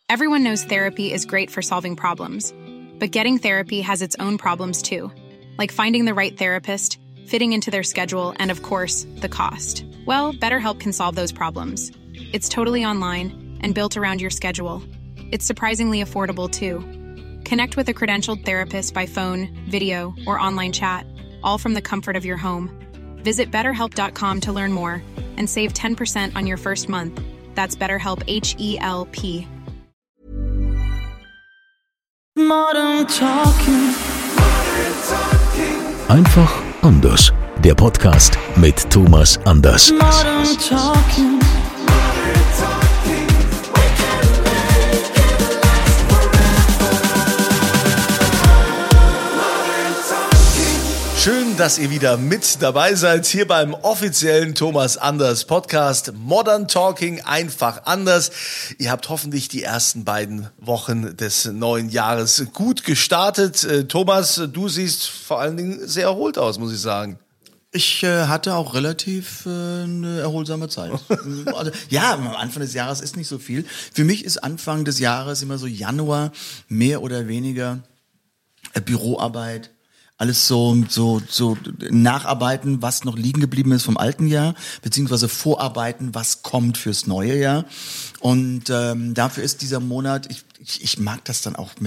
Everyone knows therapy is great for solving problems, but getting therapy has its own problems too, like finding the right therapist, fitting into their schedule, and of course, the cost. Well, BetterHelp can solve those problems. It's totally online and built around your schedule. It's surprisingly affordable too. Connect with a credentialed therapist by phone, video, or online chat, all from the comfort of your home. Visit BetterHelp.com to learn more and save 10% on your first month. That's BetterHelp, H-E-L-P. Modern Talking. Einfach anders. Der Podcast mit Thomas Anders. Modern Talking. Schön, dass ihr wieder mit dabei seid, hier beim offiziellen Thomas Anders Podcast Modern Talking, einfach anders. Ihr habt hoffentlich die ersten beiden Wochen des neuen Jahres gut gestartet. Thomas, du siehst vor allen Dingen sehr erholt aus, muss ich sagen. Ich hatte auch relativ eine erholsame Zeit. Also, ja, am Anfang des Jahres ist nicht so viel. Für mich ist Anfang des Jahres immer so Januar, mehr oder weniger Büroarbeit. Alles so nacharbeiten, was noch liegen geblieben ist vom alten Jahr, beziehungsweise vorarbeiten, was kommt fürs neue Jahr. Und dafür ist dieser Monat, ich mag das dann auch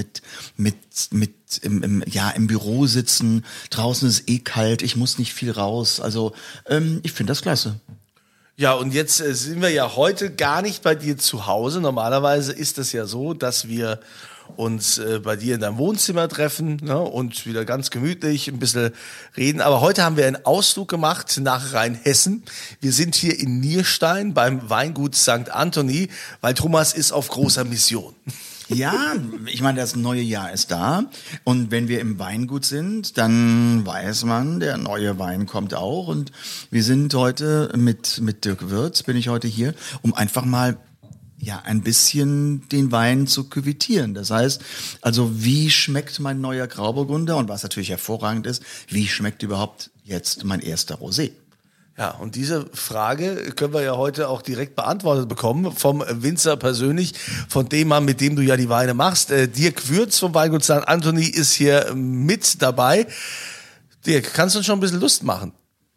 im Büro sitzen. Draußen ist kalt, ich muss nicht viel raus. Also ich finde das klasse. Ja, und jetzt sind wir ja heute gar nicht bei dir zu Hause. Normalerweise ist es ja so, dass wir uns bei dir in deinem Wohnzimmer treffen, ne, und wieder ganz gemütlich ein bisschen reden. Aber heute haben wir einen Ausflug gemacht nach Rheinhessen. Wir sind hier in Nierstein beim Weingut St. Anthony, weil Thomas ist auf großer Mission. Ja, ich meine, das neue Jahr ist da. Und wenn wir im Weingut sind, dann weiß man, der neue Wein kommt auch. Und wir sind heute mit Dirk Würz, bin ich heute hier, um einfach mal ein bisschen den Wein zu küvitieren. Das heißt, also wie schmeckt mein neuer Grauburgunder? Und was natürlich hervorragend ist, wie schmeckt überhaupt jetzt mein erster Rosé? Ja, und diese Frage können wir ja heute auch direkt beantwortet bekommen vom Winzer persönlich, von dem Mann, mit dem du ja die Weine machst. Dirk Würz vom Weingut St. Anthony ist hier mit dabei. Dirk, kannst du uns schon ein bisschen Lust machen?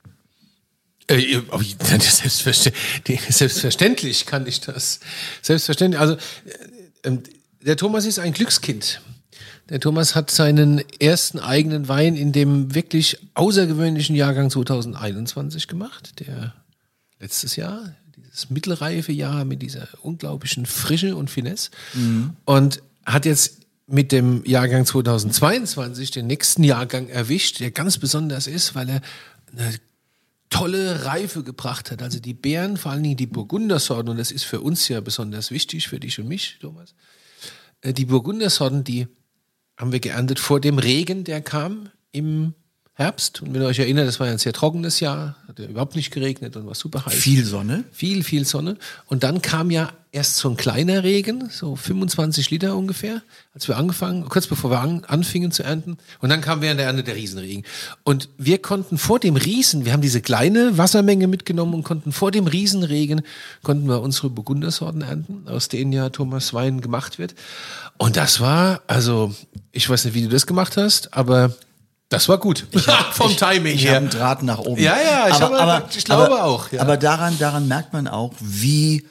Selbstverständlich kann ich das. Selbstverständlich. Also der Thomas ist ein Glückskind. Der Thomas hat seinen ersten eigenen Wein in dem wirklich außergewöhnlichen Jahrgang 2021 gemacht, der letztes Jahr, dieses mittelreife Jahr mit dieser unglaublichen Frische und Finesse, und hat jetzt mit dem Jahrgang 2022 den nächsten Jahrgang erwischt, der ganz besonders ist, weil er eine tolle Reife gebracht hat. Also die Beeren, vor allen Dingen die Burgundersorten, und das ist für uns ja besonders wichtig, für dich und mich, Thomas. Die Burgundersorten, die haben wir geerntet vor dem Regen, der kam im Herbst. Und wenn ihr euch erinnert, das war ja ein sehr trockenes Jahr, hat ja überhaupt nicht geregnet und war super heiß. Viel Sonne. Viel Sonne. Und dann kam ja erst so ein kleiner Regen, so 25 Liter ungefähr, als wir kurz bevor wir anfingen zu ernten. Und dann kam während der Ernte der Riesenregen. Und wir konnten wir haben diese kleine Wassermenge mitgenommen und konnten vor dem Riesenregen, unsere Burgundersorten ernten, aus denen ja Thomas Wein gemacht wird. Und das war, also, ich weiß nicht, wie du das gemacht hast, aber das war gut. Vom Timing her. Ich habe einen Draht nach oben. Ja, ich glaube auch. Ja. Aber daran merkt man auch, wie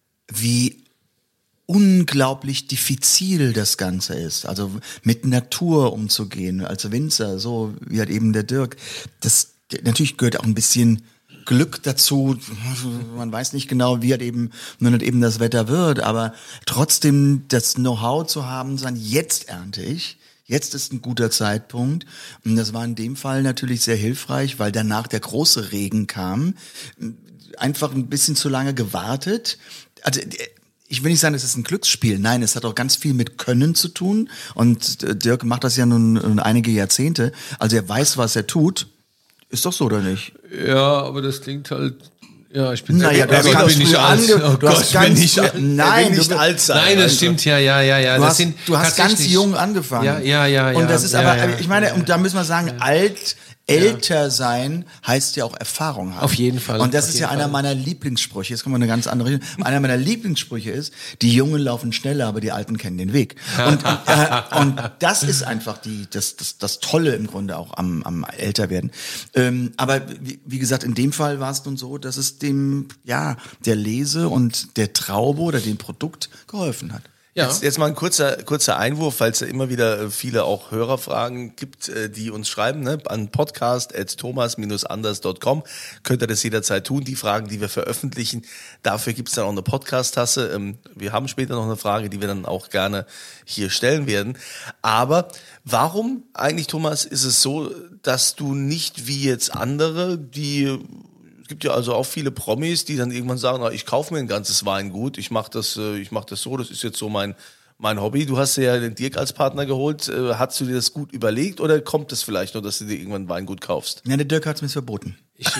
unglaublich diffizil das Ganze ist. Also mit Natur umzugehen, als Winzer, so wie halt eben der Dirk. Das natürlich gehört auch ein bisschen Glück dazu. Man weiß nicht genau, wie halt eben das Wetter wird, aber trotzdem das Know-how zu haben, sagen, jetzt ernte ich. Jetzt ist ein guter Zeitpunkt. Und das war in dem Fall natürlich sehr hilfreich, weil danach der große Regen kam. Einfach ein bisschen zu lange gewartet. Also ich will nicht sagen, es ist ein Glücksspiel. Nein, es hat auch ganz viel mit Können zu tun. Und Dirk macht das ja nun einige Jahrzehnte. Also er weiß, was er tut. Ist doch so, oder nicht? Ja, aber das klingt halt... Ja, ich bin naja, du hast nicht alt. Du hast ganz nicht alt. Nein, nicht alt sein. Nein, das stimmt, ja. Du hast ganz jung angefangen. Ja. Und das ist aber, ich meine, und da müssen wir sagen, alt älter sein heißt ja auch Erfahrung haben. Auf jeden Fall. Und das Auf ist ja jeden einer Fall. meiner Lieblingssprüche. Jetzt kommen wir in eine ganz andere Richtung. Einer meiner Lieblingssprüche ist, die Jungen laufen schneller, aber die Alten kennen den Weg. Und das ist einfach das Tolle im Grunde auch am Älterwerden. Aber wie gesagt, in dem Fall war es nun so, dass es der Lese und der Traube oder dem Produkt geholfen hat. Ja. Jetzt mal ein kurzer Einwurf, weil es ja immer wieder viele auch Hörerfragen gibt, die uns schreiben, ne? An podcast@thomas-anders.com könnt ihr das jederzeit tun. Die Fragen, die wir veröffentlichen, dafür gibt es dann auch eine Podcast-Tasse. Wir haben später noch eine Frage, die wir dann auch gerne hier stellen werden. Aber warum eigentlich, Thomas, ist es so, dass du nicht wie jetzt andere, es gibt ja also auch viele Promis, die dann irgendwann sagen, ich kaufe mir ein ganzes Weingut, ich mach das so, das ist jetzt so mein Hobby. Du hast dir ja den Dirk als Partner geholt. Hast du dir das gut überlegt oder kommt es vielleicht nur, dass du dir irgendwann ein Weingut kaufst? Ja, der Dirk hat es mir verboten.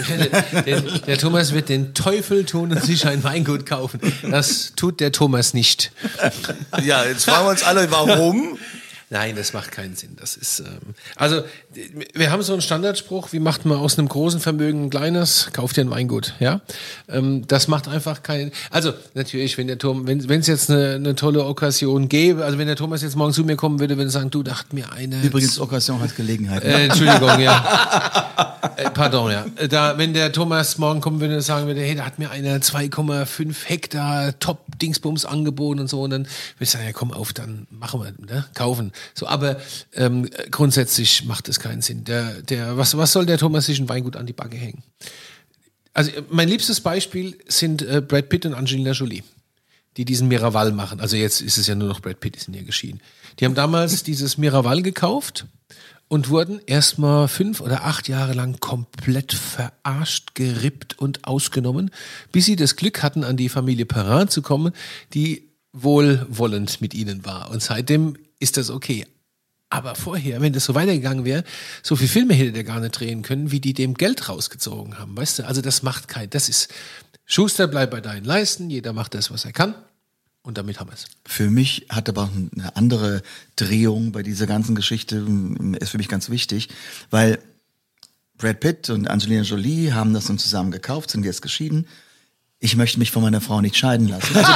Der Thomas wird den Teufel tun und sich ein Weingut kaufen. Das tut der Thomas nicht. Ja, jetzt fragen wir uns alle, warum? Nein, das macht keinen Sinn. Das ist also wir haben so einen Standardspruch: Wie macht man aus einem großen Vermögen ein kleines? Kauft dir ein Weingut, ja? Das macht einfach keinen. Also natürlich, wenn es jetzt eine tolle Okkasion gäbe, also wenn der Thomas jetzt morgen zu mir kommen würde, würde er sagen, du, da hat mir eine. Übrigens, Okkasion hat Gelegenheit. Entschuldigung, ja. Pardon, ja. Wenn der Thomas morgen kommen würde und sagen würde, hey, da hat mir einer 2,5 Hektar Top-Dingsbums angeboten und so, und dann würde ich sagen, ja komm auf, dann machen wir, ne? Kaufen. So, aber grundsätzlich macht es keinen Sinn. Was soll der Thomas sich ein Weingut an die Backe hängen? Also mein liebstes Beispiel sind Brad Pitt und Angelina Jolie, die diesen Miraval machen. Also jetzt ist es ja nur noch Brad Pitt, die sind ja geschieden. Die haben damals dieses Miraval gekauft und wurden erstmal 5 oder 8 Jahre lang komplett verarscht, gerippt und ausgenommen, bis sie das Glück hatten, an die Familie Perrin zu kommen, die wohlwollend mit ihnen war. Und seitdem ist das okay. Aber vorher, wenn das so weitergegangen wäre, so viele Filme hätte der gar nicht drehen können, wie die dem Geld rausgezogen haben. Weißt du, also das ist Schuster, bleib bei deinen Leisten, jeder macht das, was er kann. Und damit haben wir es. Für mich hat aber eine andere Drehung bei dieser ganzen Geschichte, ist für mich ganz wichtig, weil Brad Pitt und Angelina Jolie haben das nun zusammen gekauft, sind jetzt geschieden. Ich möchte mich von meiner Frau nicht scheiden lassen. Also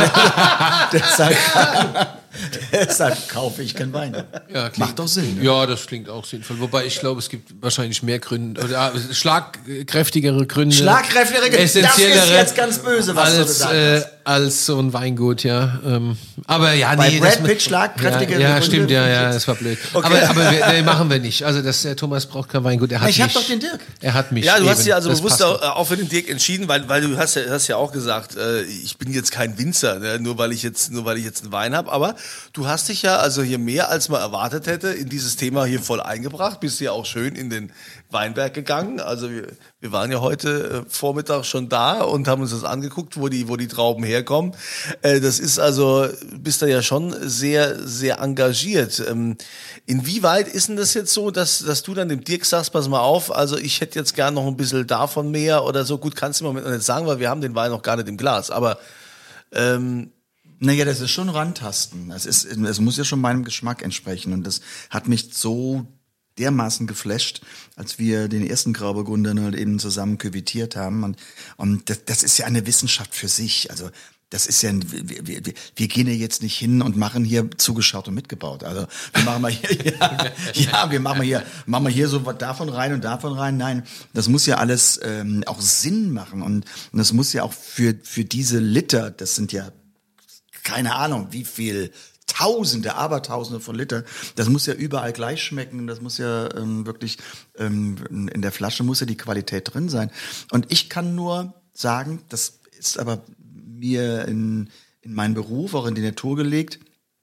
deshalb kaufe ich kein Wein. Ja, macht doch Sinn. Ne? Ja, das klingt auch sinnvoll. Wobei ich glaube, es gibt wahrscheinlich mehr Gründe, oder schlagkräftigere Gründe. Schlagkräftigere Gründe, das ist jetzt ganz böse, was du gesagt hast. Als so ein Weingut, ja. Aber ja, nee. Bei Brad Pitt schlagkräftigere ja, Gründe. Stimmt, ja, das war blöd. Okay. Aber wir machen wir nicht. Also der Thomas braucht kein Weingut. Ich habe doch den Dirk. Er hat mich. Ja, du hast eben. ja also Das bewusst passt auch für den Dirk entschieden, weil du hast ja auch gesagt, ich bin jetzt kein Winzer, ne, nur weil ich jetzt einen Wein habe, aber du hast dich ja also hier mehr als man erwartet hätte in dieses Thema hier voll eingebracht, bist ja auch schön in den Weinberg gegangen. Also wir waren ja heute Vormittag schon da und haben uns das angeguckt, wo die Trauben herkommen. Das ist also, bist da ja schon sehr, sehr engagiert. Inwieweit ist denn das jetzt so, dass du dann dem Dirk sagst, pass mal auf, also ich hätte jetzt gern noch ein bisschen davon mehr oder so. Gut, kannst du im Moment noch nicht sagen, weil wir haben den Wein noch gar nicht im Glas, aber naja, das ist schon Rantasten. Es muss ja schon meinem Geschmack entsprechen. Und das hat mich so dermaßen geflasht, als wir den ersten Grauburgunder halt eben zusammen küvitiert haben. Und das ist ja eine Wissenschaft für sich. Also das ist ja, wir gehen ja jetzt nicht hin und machen hier zugeschaut und mitgebaut. Also wir machen mal hier, wir machen mal hier so was davon rein und davon rein. Nein, das muss ja alles auch Sinn machen und das muss ja auch für diese Liter, das sind ja keine Ahnung, wie viel Tausende, Abertausende von Liter. Das muss ja überall gleich schmecken. Das muss ja wirklich in der Flasche muss ja die Qualität drin sein. Und ich kann nur sagen, das ist aber mir in meinen Beruf, auch in die Natur gelegt.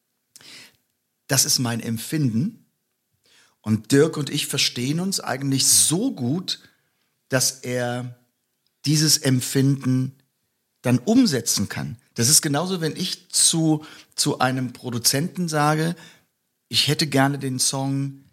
Das ist mein Empfinden. Und Dirk und ich verstehen uns eigentlich so gut, dass er dieses Empfinden dann umsetzen kann. Das ist genauso, wenn ich zu einem Produzenten sage, ich hätte gerne den Song,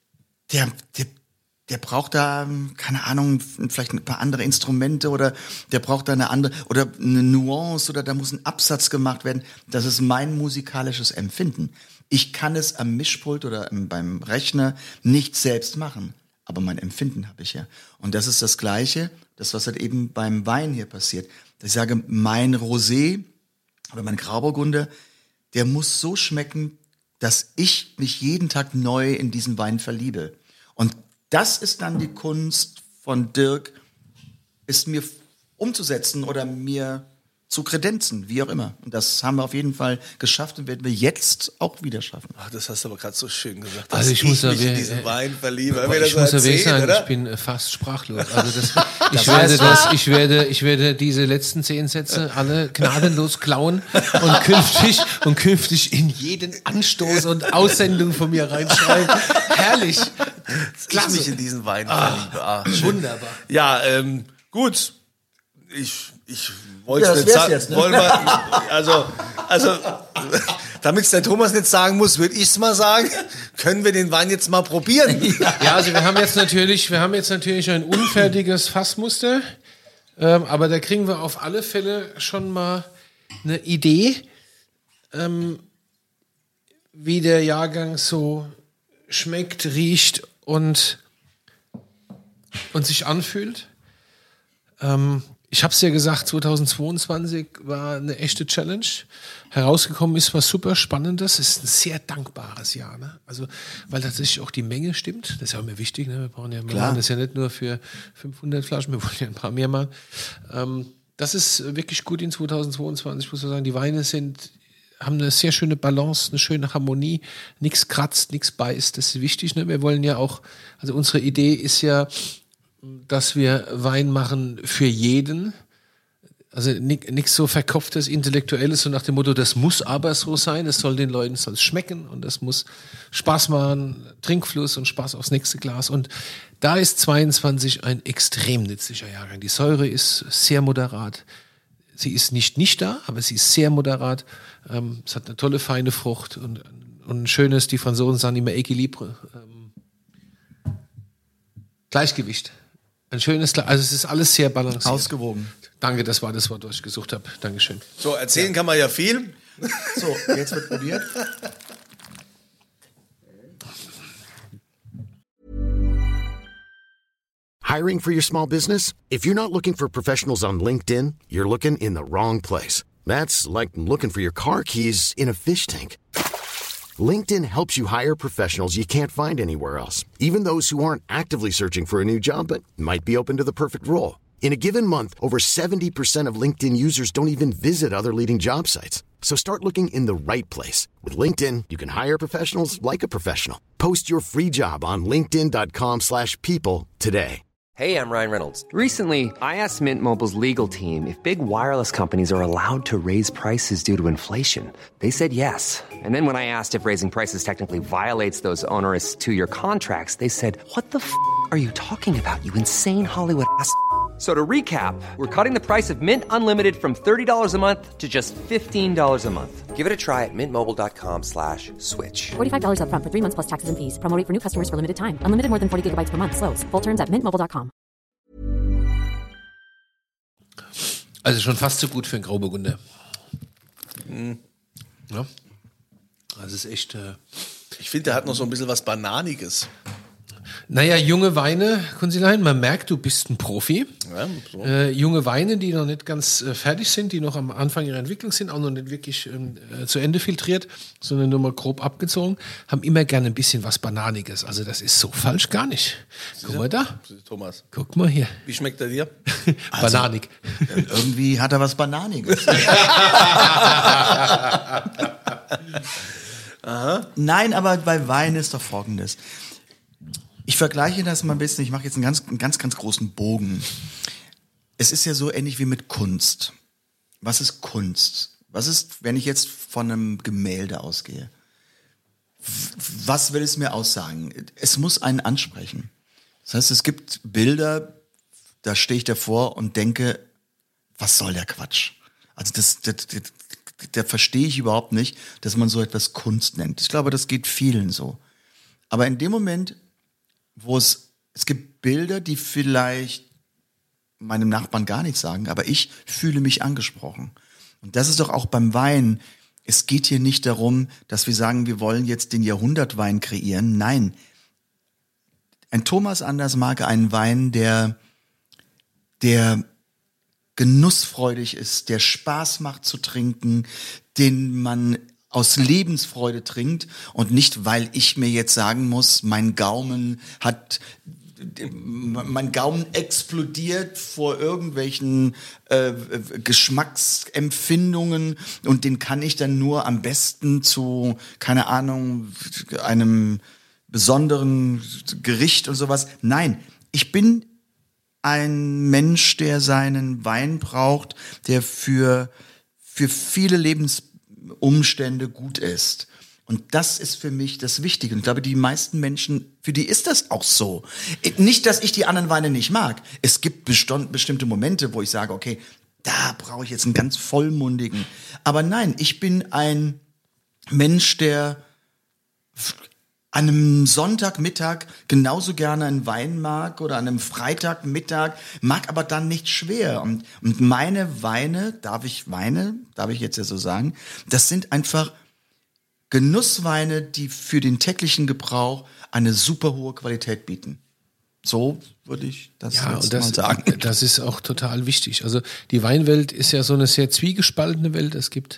der braucht da, keine Ahnung, vielleicht ein paar andere Instrumente oder der braucht da eine andere, oder eine Nuance oder da muss ein Absatz gemacht werden. Das ist mein musikalisches Empfinden. Ich kann es am Mischpult oder beim Rechner nicht selbst machen. aber mein Empfinden habe ich ja. Und das ist das Gleiche, das was halt eben beim Wein hier passiert. Ich sage, mein Rosé oder mein Grauburgunder, der muss so schmecken, dass ich mich jeden Tag neu in diesen Wein verliebe. Und das ist dann die Kunst von Dirk, es mir umzusetzen oder mir zu kredenzen, wie auch immer. Und das haben wir auf jeden Fall geschafft und werden wir jetzt auch wieder schaffen. Ach, das hast du aber gerade so schön gesagt. Also ich muss mich in diesen Wein verliebe. Ich muss ja wirklich sagen, ich bin fast sprachlos. Also ich werde diese letzten 10 Sätze alle gnadenlos klauen und künftig in jeden Anstoß und Aussendung von mir reinschreiben. Herrlich. Klasse. Ich mich in diesen Wein verliebe. Wunderbar. Ja, gut. Ich wollte Ja, es das nicht wär's sagen. jetzt, ne? Wollen wir, also, damit es der Thomas nicht sagen muss, würde ich es mal sagen. Können wir den Wein jetzt mal probieren? Ja, also wir haben jetzt natürlich ein unfertiges Fassmuster, aber da kriegen wir auf alle Fälle schon mal eine Idee, wie der Jahrgang so schmeckt, riecht und sich anfühlt. Ich habe es ja gesagt, 2022 war eine echte Challenge. Herausgekommen ist was super Spannendes. Es ist ein sehr dankbares Jahr. Ne? Also, weil tatsächlich auch die Menge stimmt. Das ist ja auch immer wichtig. Ne? Wir machen das ja nicht nur für 500 Flaschen, wir wollen ja ein paar mehr machen. Das ist wirklich gut in 2022, muss man sagen. Die Weine haben eine sehr schöne Balance, eine schöne Harmonie. Nichts kratzt, nichts beißt. Das ist wichtig. Ne? Wir wollen ja auch, also unsere Idee ist ja, dass wir Wein machen für jeden. Also nichts so verkopftes, intellektuelles, so nach dem Motto, das muss aber so sein, es soll den Leuten schmecken und das muss Spaß machen, Trinkfluss und Spaß aufs nächste Glas. Und da ist 22 ein extrem nützlicher Jahrgang. Die Säure ist sehr moderat. Sie ist nicht da, aber sie ist sehr moderat. Es hat eine tolle, feine Frucht und ein schönes, die Franzosen sagen immer Equilibre, Gleichgewicht. Ein schönes, also es ist alles sehr balanciert. Ausgewogen. Danke, das war das Wort, was ich gesucht habe. Dankeschön. So, erzählen kann man ja viel. So, jetzt wird probiert. Hiring for your small business? If you're not looking for professionals on LinkedIn, you're looking in the wrong place. That's like looking for your car keys in a fish tank. LinkedIn helps you hire professionals you can't find anywhere else, even those who aren't actively searching for a new job but might be open to the perfect role. In a given month, over 70% of LinkedIn users don't even visit other leading job sites. So start looking in the right place. With LinkedIn, you can hire professionals like a professional. Post your free job on linkedin.com/people today. Hey, I'm Ryan Reynolds. Recently, I asked Mint Mobile's legal team if big wireless companies are allowed to raise prices due to inflation. They said yes. And then when I asked if raising prices technically violates those onerous 2-year contracts, they said, "What the f*** are you talking about, you insane Hollywood ass?" So to recap, we're cutting the price of Mint Unlimited from $30 a month to just $15 a month. Give it a try at mintmobile.com/switch. $45 up front for 3 months plus taxes and fees. Promo rate for new customers for limited time. Unlimited more than 40 gigabytes per month. Slows full terms at mintmobile.com. Also schon fast so gut für einen Grauburgunder. Ja. Also es ist echt... Ich finde, der hat noch so ein bisschen was Bananiges. Naja, junge Weine, Kunzilein, man merkt, du bist ein Profi. Ja, so. Junge Weine, die noch nicht ganz fertig sind, die noch am Anfang ihrer Entwicklung sind, auch noch nicht wirklich zu Ende filtriert, sondern nur mal grob abgezogen, haben immer gerne ein bisschen was Bananiges. Also das ist so falsch gar nicht. Guck mal da. Thomas. Guck mal hier. Wie schmeckt er dir? Bananig. Irgendwie hat er was Bananiges. Aha. Nein, aber bei Wein ist doch Folgendes. Ich vergleiche das mal ein bisschen, ich mache jetzt einen ganz großen Bogen. Es ist ja so ähnlich wie mit Kunst. Was ist Kunst? Was ist, wenn ich jetzt von einem Gemälde ausgehe? Was will es mir aussagen? Es muss einen ansprechen. Das heißt, es gibt Bilder, da stehe ich davor und denke, was soll der Quatsch? Also da verstehe ich überhaupt nicht, dass man so etwas Kunst nennt. Ich glaube, das geht vielen so. Aber in dem Moment, wo es gibt Bilder, die vielleicht meinem Nachbarn gar nichts sagen, aber ich fühle mich angesprochen. Und das ist doch auch beim Wein. Es geht hier nicht darum, dass wir sagen, wir wollen jetzt den Jahrhundertwein kreieren. Nein. Ein Thomas Anders mag einen Wein, der genussfreudig ist, der Spaß macht zu trinken, den man aus Lebensfreude trinkt und nicht, weil ich mir jetzt sagen muss, mein Gaumen explodiert vor irgendwelchen Geschmacksempfindungen und den kann ich dann nur am besten zu, keine Ahnung, einem besonderen Gericht und sowas. Nein, ich bin ein Mensch, der seinen Wein braucht, der für viele Lebensumstände gut ist. Und das ist für mich das Wichtige. Und ich glaube, die meisten Menschen, für die ist das auch so. Nicht, dass ich die anderen Weine nicht mag. Es gibt bestimmte Momente, wo ich sage, okay, da brauche ich jetzt einen ganz vollmundigen. Aber nein, ich bin ein Mensch, der an einem Sonntagmittag genauso gerne einen Wein mag oder an einem Freitagmittag, mag aber dann nicht schwer. Und meine Weine, darf ich jetzt ja so sagen, das sind einfach Genussweine, die für den täglichen Gebrauch eine super hohe Qualität bieten. So würde ich das jetzt mal sagen. Das ist auch total wichtig. Also die Weinwelt ist ja so eine sehr zwiegespaltene Welt. Es gibt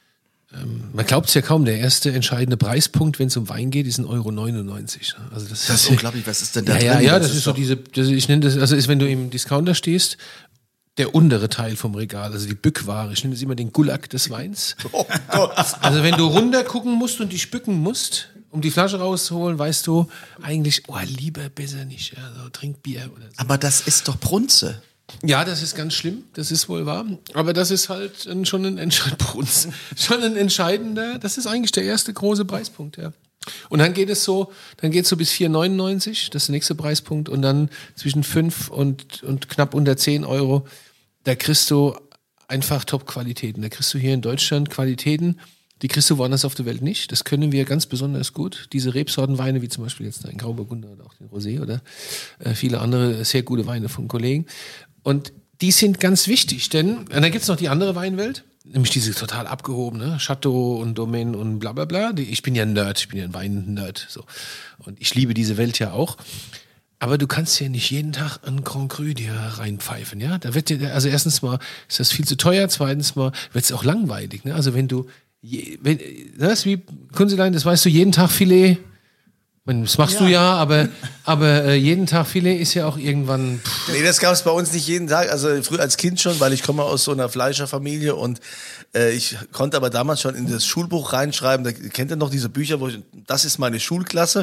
man glaubt es ja kaum, der erste entscheidende Preispunkt, wenn es um Wein geht, ist 1,99 €. Also das ist unglaublich, was ist denn da drin? Ja, das ist so ich nenne das, also ist, wenn du im Discounter stehst, der untere Teil vom Regal, also die Bückware, ich nenne das immer den Gulag des Weins. Oh Gott. Also wenn du runter gucken musst und dich bücken musst, um die Flasche rauszuholen, weißt du eigentlich, lieber besser nicht, also trink Bier oder so. Aber das ist doch Brunze. Ja, das ist ganz schlimm, das ist wohl wahr. Aber das ist halt schon ein entscheidender, das ist eigentlich der erste große Preispunkt, ja. Und dann geht es so bis 4,99, das ist der nächste Preispunkt. Und dann zwischen 5 und knapp unter 10 €, da kriegst du einfach Top-Qualitäten. Da kriegst du hier in Deutschland Qualitäten, die kriegst du woanders auf der Welt nicht. Das können wir ganz besonders gut. Diese Rebsortenweine, wie zum Beispiel jetzt ein Grauburgunder oder auch den Rosé oder viele andere sehr gute Weine von Kollegen. Und die sind ganz wichtig, denn und dann gibt's noch die andere Weinwelt, nämlich diese total abgehobene, Chateau und Domaine und bla bla bla. Ich bin ja ein Nerd, ich bin ja ein Wein-Nerd. So. Und ich liebe diese Welt ja auch. Aber du kannst ja nicht jeden Tag ein Grand Cru dir reinpfeifen, ja? Da wird dir, also erstens mal ist das viel zu teuer, zweitens mal wird es auch langweilig, ne? Also wenn du, das ist wie Kunzelein, das weißt du, jeden Tag Filet. Das machst du ja, aber jeden Tag Filet ist ja auch irgendwann... Nee, das gab es bei uns nicht jeden Tag, also früher als Kind schon, weil ich komme aus so einer Fleischerfamilie und ich konnte aber damals schon in das Schulbuch reinschreiben, da kennt ihr noch diese Bücher, das ist meine Schulklasse,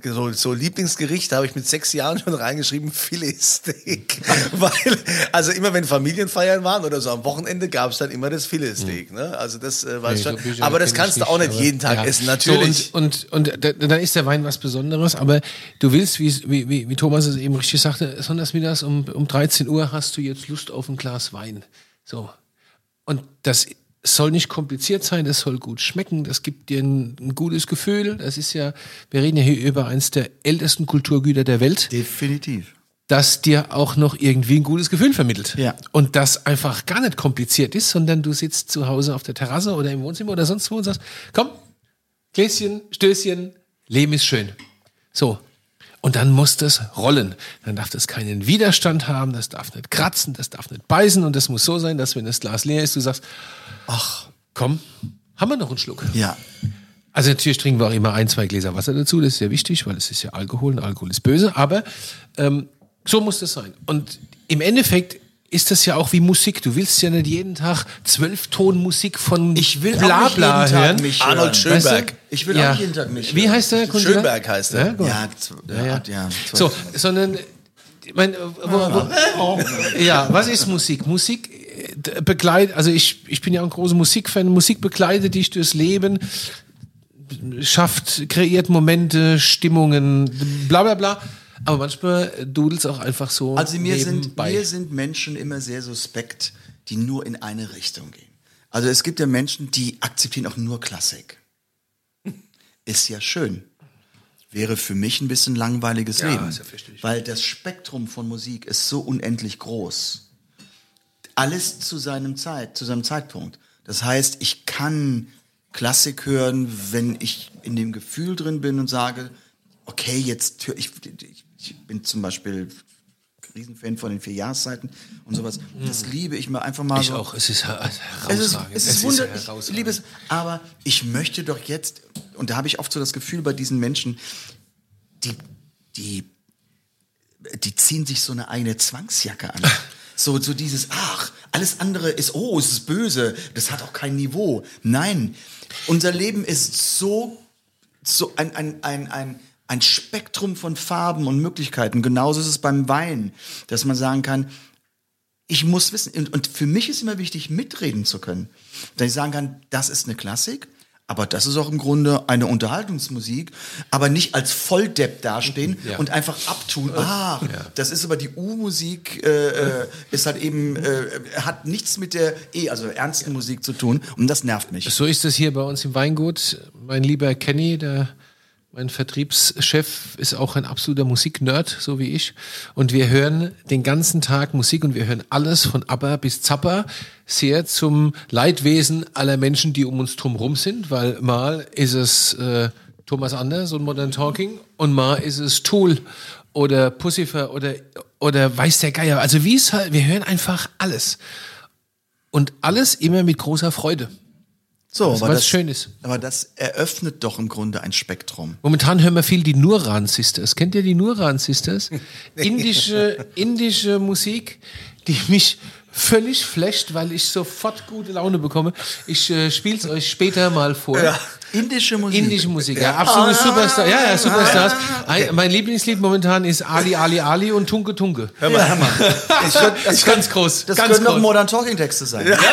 so Lieblingsgericht, da habe ich mit 6 Jahren schon reingeschrieben, Filetsteak. Weil, also immer wenn Familienfeiern waren oder so am Wochenende gab es dann immer das Filetsteak, ne? Also das weiß ich schon. So aber das kannst du auch nicht jeden Tag essen, natürlich. So, und dann ist der Wein was Besonderes, aber du willst, wie Thomas es eben richtig sagte, sonntagsmittags um 13 Uhr hast du jetzt Lust auf ein Glas Wein. So. Und das soll nicht kompliziert sein, das soll gut schmecken, das gibt dir ein gutes Gefühl. Das ist ja, wir reden ja hier über eins der ältesten Kulturgüter der Welt. Definitiv. Das dir auch noch irgendwie ein gutes Gefühl vermittelt. Ja. Und das einfach gar nicht kompliziert ist, sondern du sitzt zu Hause auf der Terrasse oder im Wohnzimmer oder sonst wo und sagst, komm, Gläschen, Stößchen, Leben ist schön. So. Und dann muss das rollen. Dann darf das keinen Widerstand haben, das darf nicht kratzen, das darf nicht beißen und das muss so sein, dass wenn das Glas leer ist, du sagst, ach, komm, haben wir noch einen Schluck? Ja. Also natürlich trinken wir auch immer 1, 2 Gläser Wasser dazu, das ist sehr wichtig, weil es ist ja Alkohol und Alkohol ist böse, aber so muss das sein. Und im Endeffekt ist das ja auch wie Musik. Du willst ja nicht jeden Tag 12-Ton-Musik von Blabla hören. Arnold Schönberg. Weißt du? Ich will auch nicht jeden Tag mich Wie heißt der? Schönberg heißt er. Ja. So, sondern, was ist Musik? Musik begleitet, also ich bin ja auch ein großer Musikfan. Musik begleitet dich durchs Leben, kreiert Momente, Stimmungen, bla bla bla. Aber manchmal dudelt's auch einfach so. Also mir sind Menschen immer sehr suspekt, die nur in eine Richtung gehen. Also es gibt ja Menschen, die akzeptieren auch nur Klassik. Ist ja schön. Wäre für mich ein bisschen langweiliges Leben. Ist ja verständlich. Weil das Spektrum von Musik ist so unendlich groß. Alles zu seinem Zeitpunkt. Das heißt, ich kann Klassik hören, wenn ich in dem Gefühl drin bin und sage, okay, jetzt Ich bin zum Beispiel Riesenfan von den 4 Jahreszeiten und sowas. Das liebe ich mir einfach mal Ich so. auch. Es ist herausragend. Es ist wunderlich. Ich liebe es. Aber ich möchte doch jetzt, und da habe ich oft so das Gefühl bei diesen Menschen, die ziehen sich so eine eigene Zwangsjacke an. So dieses, alles andere ist, es ist böse, das hat auch kein Niveau. Nein, unser Leben ist so ein Spektrum von Farben und Möglichkeiten. Genauso ist es beim Wein, dass man sagen kann, ich muss wissen, und für mich ist immer wichtig, mitreden zu können. Dass ich sagen kann, das ist eine Klassik, aber das ist auch im Grunde eine Unterhaltungsmusik, aber nicht als Volldepp dastehen und einfach abtun. Das ist aber die U-Musik, ist halt eben, hat nichts mit der ernsten Musik zu tun und das nervt mich. So ist es hier bei uns im Weingut. Mein lieber Kenny, mein Vertriebschef, ist auch ein absoluter Musiknerd, so wie ich. Und wir hören den ganzen Tag Musik und wir hören alles von ABBA bis Zappa, sehr zum Leidwesen aller Menschen, die um uns drumherum sind, weil mal ist es Thomas Anders und Modern Talking und mal ist es Tool oder Pussifer oder weiß der Geier. Also wie es halt, wir hören einfach alles. Und alles immer mit großer Freude. So, aber das schön ist. Aber das eröffnet doch im Grunde ein Spektrum. Momentan hören wir viel die Nuran Sisters. Kennt ihr die Nuran Sisters? Indische Musik, die mich völlig flasht, weil ich sofort gute Laune bekomme. Ich spiele es euch später mal vor. Ja. Indische Musik, ja, absolute Superstar. Ja, Superstars. Mein Lieblingslied momentan ist Ali, Ali, Ali und Tunke, Tunke. Hör mal. Das ist ganz groß. Das können noch Modern Talking Texte sein. Ja.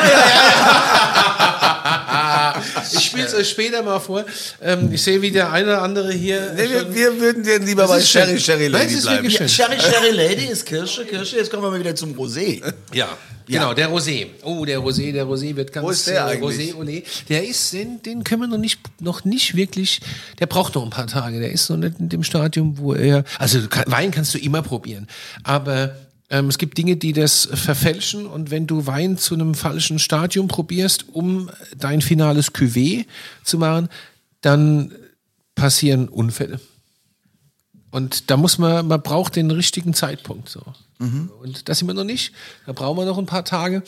Ich spiele es euch später mal vor. Ich sehe, wie der eine oder andere hier. Nee, wir würden dir lieber bei Sherry Lady bleiben. Sherry Lady ist Kirsche. Jetzt kommen wir mal wieder zum Rosé. Ja. Genau, der Rosé. Oh, der Rosé wird ganz... Wo ist der eigentlich? Rosé, der ist, den können wir noch nicht wirklich, der braucht noch ein paar Tage, der ist noch nicht in dem Stadium, wo er, also Wein kannst du immer probieren, aber es gibt Dinge, die das verfälschen und wenn du Wein zu einem falschen Stadium probierst, um dein finales Cuvée zu machen, dann passieren Unfälle. Und da man braucht den richtigen Zeitpunkt, so. Und das sind wir noch nicht. Da brauchen wir noch ein paar Tage.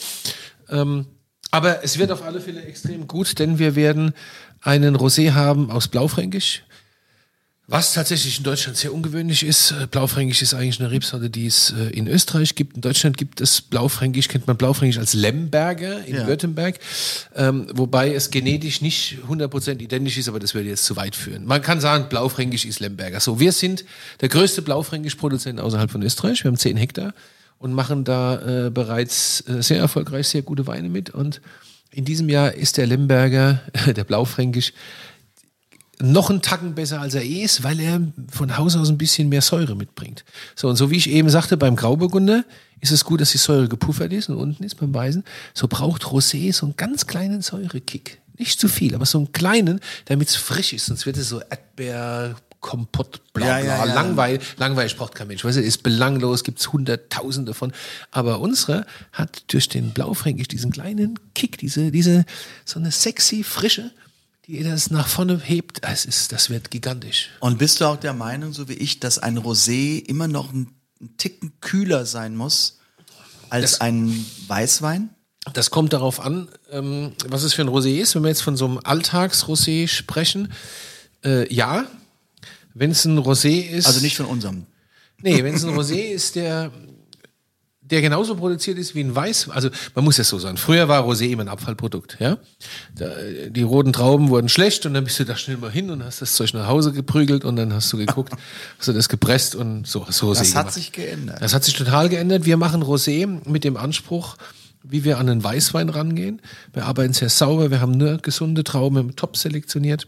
Aber es wird auf alle Fälle extrem gut, denn wir werden einen Rosé haben aus Blaufränkisch, was tatsächlich in Deutschland sehr ungewöhnlich ist. Blaufränkisch ist eigentlich eine Rebsorte, die es in Österreich gibt. In Deutschland gibt es Blaufränkisch, kennt man Blaufränkisch als Lemberger in Württemberg, wobei es genetisch nicht 100% identisch ist, aber das würde jetzt zu weit führen. Man kann sagen, Blaufränkisch ist Lemberger. So, wir sind der größte Blaufränkisch-Produzent außerhalb von Österreich. Wir haben 10 Hektar und machen da bereits sehr erfolgreich sehr gute Weine mit. Und in diesem Jahr ist der Lemberger, der Blaufränkisch, noch einen Tacken besser als er ist, weil er von Haus aus ein bisschen mehr Säure mitbringt. So, und so wie ich eben sagte, beim Grauburgunder ist es gut, dass die Säure gepuffert ist und unten ist beim Weißen. So braucht Rosé so einen ganz kleinen Säurekick. Nicht zu viel, aber so einen kleinen, damit es frisch ist. Sonst wird es so Erdbeerkompott, bla bla. Langweilig braucht kein Mensch. Weißt du, ist belanglos, gibt es Hunderttausende davon. Aber unsere hat durch den Blaufränkisch diesen kleinen Kick, diese so eine sexy, frische, die das nach vorne hebt, das wird gigantisch. Und bist du auch der Meinung, so wie ich, dass ein Rosé immer noch einen Ticken kühler sein muss als ein Weißwein? Das kommt darauf an, was es für ein Rosé ist. Wenn wir jetzt von so einem Alltagsrosé sprechen, ja. Wenn es ein Rosé ist... Also nicht von unserem. Nee, wenn es ein Rosé ist, der genauso produziert ist wie ein Weiß. Also man muss es so sagen. Früher war Rosé immer ein Abfallprodukt. Ja? Die roten Trauben wurden schlecht und dann bist du da schnell mal hin und hast das Zeug nach Hause geprügelt und dann hast du geguckt, hast du das gepresst und so Rosé gemacht. Das hat sich geändert. Das hat sich total geändert. Wir machen Rosé mit dem Anspruch, wie wir an einen Weißwein rangehen. Wir arbeiten sehr sauber, wir haben nur gesunde Trauben, wir haben top selektioniert.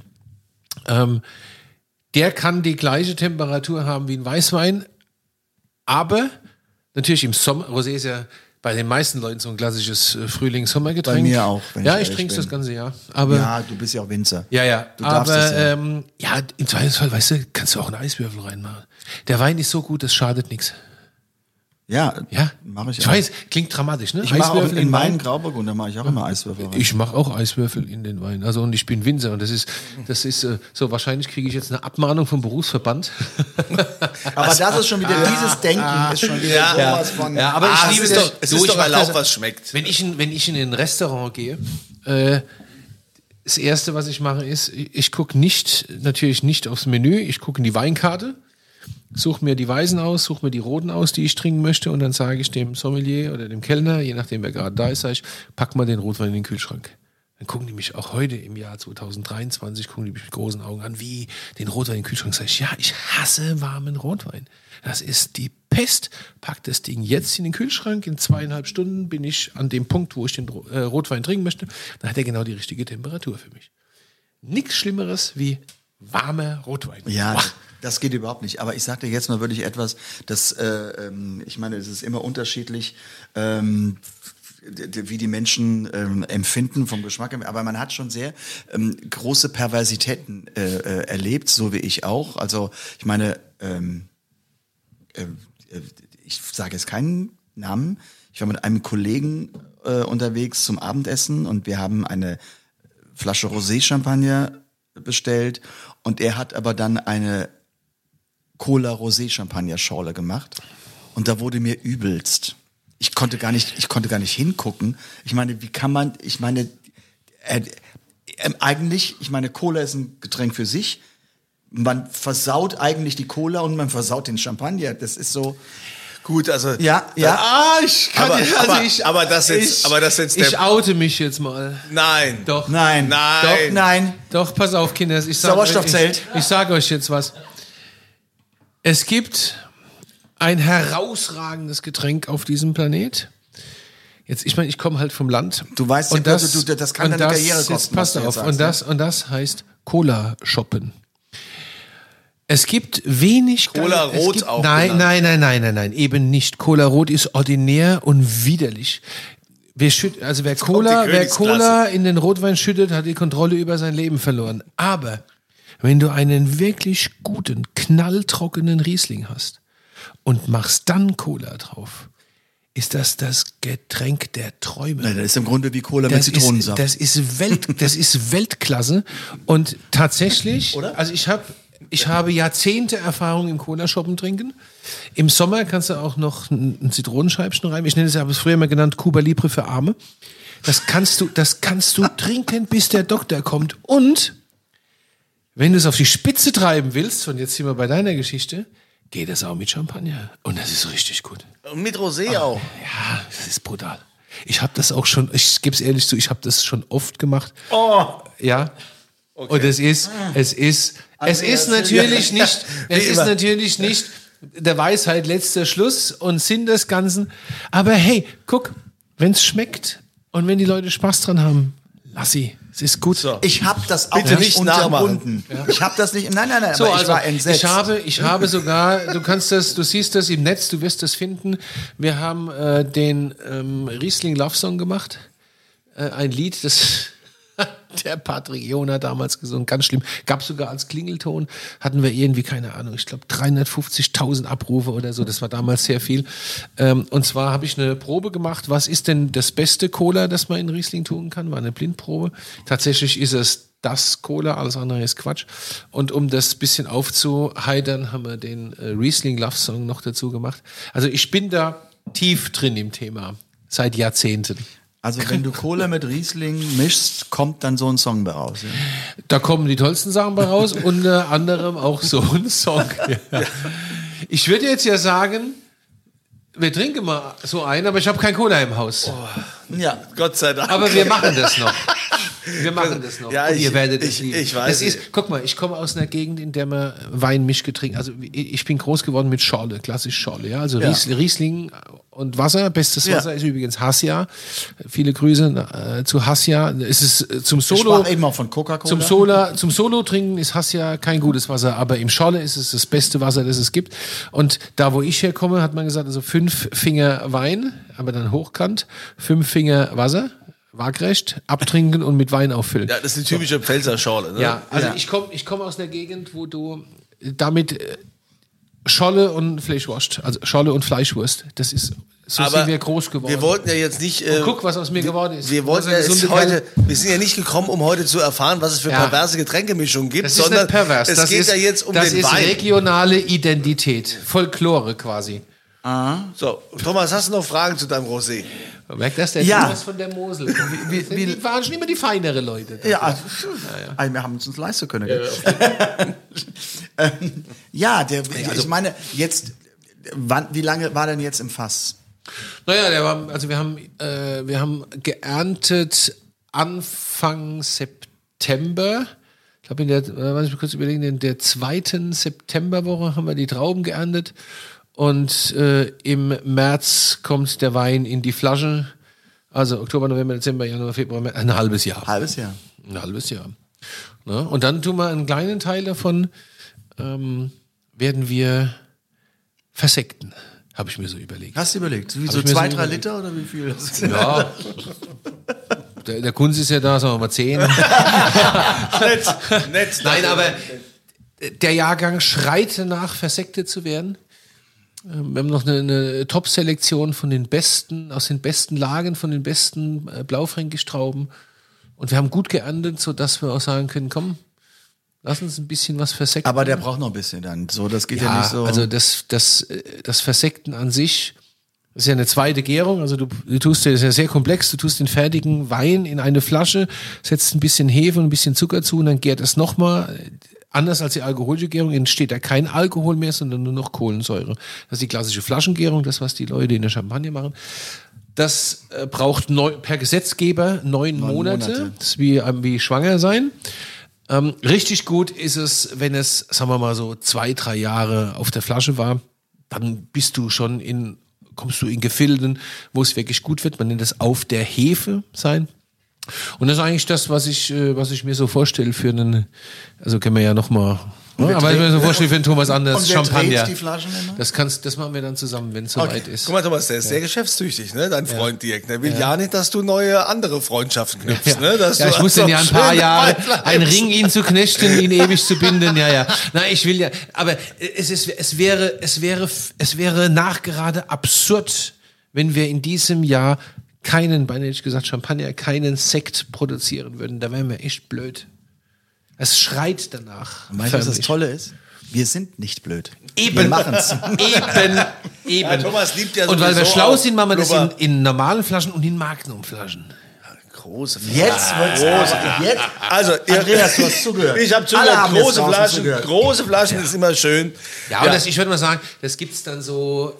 Der kann die gleiche Temperatur haben wie ein Weißwein, aber natürlich im Sommer, Rosé ist ja bei den meisten Leuten so ein klassisches Frühlings-Sommergetränk. Bei mir auch. Ja, ich trinke es das ganze Jahr. Aber ja, du bist ja auch Winzer. Ja. Du darfst es ja. Im Zweifelsfall, weißt du, kannst du auch einen Eiswürfel reinmachen. Der Wein ist so gut, das schadet nichts. Ja, Ja, mache ich ich auch. weiß, klingt dramatisch, ne? Ich mache auch Eiswürfel in meinen Wein. Grauburgunder mache ich auch immer Eiswürfel rein. Ich mache auch Eiswürfel in den Wein. Also und ich bin Winzer und das ist so, wahrscheinlich kriege ich jetzt eine Abmahnung vom Berufsverband. Aber das ist schon wieder, dieses Denken ist schon wieder sowas von... Ja, aber ich liebe das. Es So, ist ich doch mach erlaubt, das- was schmeckt. Wenn ich in ein Restaurant gehe, das Erste, was ich mache, ist, ich gucke natürlich nicht aufs Menü, ich gucke in die Weinkarte, suche mir die Weißen aus, suche mir die Roten aus, die ich trinken möchte und dann sage ich dem Sommelier oder dem Kellner, je nachdem wer gerade da ist, sage ich, pack mal den Rotwein in den Kühlschrank. Dann gucken die mich auch heute im Jahr 2023, gucken die mich mit großen Augen an, wie den Rotwein in den Kühlschrank. Sag ich, ja, ich hasse warmen Rotwein. Das ist die Pest. Pack das Ding jetzt in den Kühlschrank. In 2,5 Stunden bin ich an dem Punkt, wo ich den Rotwein trinken möchte. Dann hat er genau die richtige Temperatur für mich. Nichts Schlimmeres wie warmer Rotwein. Ja, Boah. das geht überhaupt nicht. Aber ich sagte jetzt mal wirklich etwas, das, ich meine, es ist immer unterschiedlich, wie die Menschen empfinden vom Geschmack. Aber man hat schon sehr große Perversitäten erlebt, so wie ich auch. Also ich meine, ich sage jetzt keinen Namen. Ich war mit einem Kollegen unterwegs zum Abendessen und wir haben eine Flasche Rosé-Champagner bestellt und er hat aber dann eine Cola-Rosé-Champagner-Schorle gemacht und da wurde mir übelst. Ich konnte gar nicht hingucken. Ich meine, wie kann man, eigentlich, Cola ist ein Getränk für sich. Man versaut eigentlich die Cola und man versaut den Champagner. Das ist so. Gut, also. Ja. Ich kann Aber das jetzt ich oute mich jetzt mal. Nein. Doch. Nein. Nein. Doch, pass auf, Kinder. Sauerstoffzelt. Ich sage euch jetzt was. Es gibt ein herausragendes Getränk auf diesem Planet. Jetzt, ich komme halt vom Land. Du weißt ja, das kann deine Karriere kosten. Passt auf. Und das heißt Cola shoppen. Es gibt wenig Cola Rot auch. Nein, eben nicht. Cola Rot ist ordinär und widerlich. Wer Cola in den Rotwein schüttet, hat die Kontrolle über sein Leben verloren. Aber wenn du einen wirklich guten, knalltrockenen Riesling hast und machst dann Cola drauf, ist das Getränk der Träume. Nein, das ist im Grunde wie Cola mit Zitronensaft. Das ist Weltklasse. Und tatsächlich, Oder? Also ich habe Jahrzehnte Erfahrung im Cola-Shoppen trinken. Im Sommer kannst du auch noch ein Zitronenscheibchen rein. Ich nenne es, habe es früher mal genannt, Cuba Libre für Arme. Das kannst du trinken, bis der Doktor kommt. Und wenn du es auf die Spitze treiben willst, und jetzt sind wir bei deiner Geschichte, geht das auch mit Champagner. Und das ist richtig gut. Und mit Rosé auch. Ja, das ist brutal. Ich habe das auch schon, ich gebe es ehrlich zu, ich habe das schon oft gemacht. Oh. Ja. Okay. Und es ist natürlich nicht der Weisheit letzter Schluss und Sinn des Ganzen. Aber hey, guck, wenn es schmeckt und wenn die Leute Spaß dran haben, lass sie. Es ist gut. So. Ich habe das auch Bitte nicht unterbunden. Ja. Ich habe das nicht. Nein. So, aber ich also, war entsetzt. ich habe sogar. Du siehst das im Netz. Du wirst das finden. Wir haben den Riesling Love Song gemacht. Ein Lied, das der Patrick Jona damals gesungen, ganz schlimm. Gab sogar als Klingelton, hatten wir irgendwie, keine Ahnung, ich glaube 350.000 Abrufe oder so, das war damals sehr viel. Und zwar habe ich eine Probe gemacht, was ist denn das beste Cola, das man in Riesling tun kann, war eine Blindprobe. Tatsächlich ist es das Cola, alles andere ist Quatsch. Und um das bisschen aufzuheitern, haben wir den Riesling Love Song noch dazu gemacht. Also ich bin da tief drin im Thema, seit Jahrzehnten. Also wenn du Cola mit Riesling mischst, kommt dann so ein Song bei raus. Ja? Da kommen die tollsten Sachen bei raus, unter anderem auch so ein Song. Ja. Ich würde jetzt ja sagen, wir trinken mal so einen, aber ich habe kein Cola im Haus. Oh. Ja, Gott sei Dank. Aber wir machen das noch. Ja, und ihr werdet es lieben. Ich weiß. Guck mal, ich komme aus einer Gegend, in der man Wein mischgetränkt. Also ich bin groß geworden mit Schorle, klassisch Schorle. Ja? Also Riesling und Wasser. Bestes Wasser ist übrigens Hassia. Viele Grüße zu Hassia. Es ist zum Solo. Ich sprach eben auch von Coca-Cola. Zum Solo-Trinken ist Hassia kein gutes Wasser, aber im Schorle ist es das beste Wasser, das es gibt. Und da, wo ich herkomme, hat man gesagt, also 5 Finger Wein, aber dann hochkant, 5 Finger Wasser. Waagrecht, abtrinken und mit Wein auffüllen. Ja, das ist die typische Pfälzer Schorle. Ne? Ja, also ich komm aus einer Gegend, wo du damit Scholle und Fleischwurst. Also Scholle und Fleischwurst. Das ist, so sind wir groß geworden. Wir wollten ja jetzt nicht. Und guck, was aus mir geworden ist. Wir wollten ja jetzt heute. Wir sind ja nicht gekommen, um heute zu erfahren, was es für perverse Getränkemischungen gibt, das sondern ist nicht pervers. es geht ja jetzt um den Wein. Das ist regionale Identität, Folklore quasi. So, Thomas, hast du noch Fragen zu deinem Rosé? Merkt das der Thomas von der Mosel? Die waren schon immer die feinere Leute. Ja, wir haben es uns leisten können. Ich meine, jetzt, wie lange war denn jetzt im Fass? Naja, wir haben geerntet Anfang September. Ich glaube, lass mich kurz überlegen, in der 2. Septemberwoche haben wir die Trauben geerntet. Und im März kommt der Wein in die Flasche. Also Oktober, November, Dezember, Januar, Februar, März, ein halbes Jahr. Ein halbes Jahr. Na, und dann tun wir einen kleinen Teil davon, werden wir versekten, habe ich mir so überlegt. Hast du überlegt? Wie so 2-3 Liter oder wie viel? Ja. Der Kunst ist ja da, sagen wir mal 10. Nett. Nein, aber der Jahrgang schreit danach, versektet zu werden. Wir haben noch eine Top-Selektion von den besten, aus den besten Lagen, von den besten Blaufränkisch-Trauben. Und wir haben gut geerntet, sodass wir auch sagen können, komm, lass uns ein bisschen was versekten. Aber der braucht noch ein bisschen dann. So, das geht ja nicht so. Also das Versekten an sich, das ist ja eine zweite Gärung. Also du tust, das ist ja sehr komplex, du tust den fertigen Wein in eine Flasche, setzt ein bisschen Hefe und ein bisschen Zucker zu und dann gärt es nochmal. Anders als die alkoholische Gärung entsteht da kein Alkohol mehr, sondern nur noch Kohlensäure. Das ist die klassische Flaschengärung, das, was die Leute in der Champagne machen. Das braucht per Gesetzgeber 9 Monate. Das ist wie schwanger sein. Richtig gut ist es, wenn es, sagen wir mal so, 2-3 Jahre auf der Flasche war. Dann kommst du in Gefilden, wo es wirklich gut wird. Man nennt es auf der Hefe sein. Und das ist eigentlich das, was ich mir so vorstelle für einen, also können wir ja nochmal, aber ich mir so vorstelle für einen Thomas Anders, Champagner. Die Flaschen immer? Das machen wir dann zusammen, wenn es soweit ist. Guck mal, Thomas, der ist sehr geschäftstüchtig, ne? Dein Freund Dirk. Der will ja nicht, dass du andere Freundschaften knüpfst, ne? Ich muss denn ja ein paar Jahre einen Ring ihn zu knechten, ihn ewig zu binden, ja. Nein, ich will ja, aber es wäre nachgerade absurd, wenn wir in diesem Jahr keinen Sekt produzieren würden. Da wären wir echt blöd. Es schreit danach. Weißt du, was das Tolle ist? Wir sind nicht blöd. Eben. Wir machen's. Eben. Ja, Thomas liebt ja und weil wir schlau sind, machen wir das in normalen Flaschen und in Magnumflaschen. Große Flaschen. Jetzt wird's Also, Andreas, du hast zugehört. Ich habe zugehört. Große Flaschen ist immer schön. Ja, und ich würde mal sagen, das gibt's dann so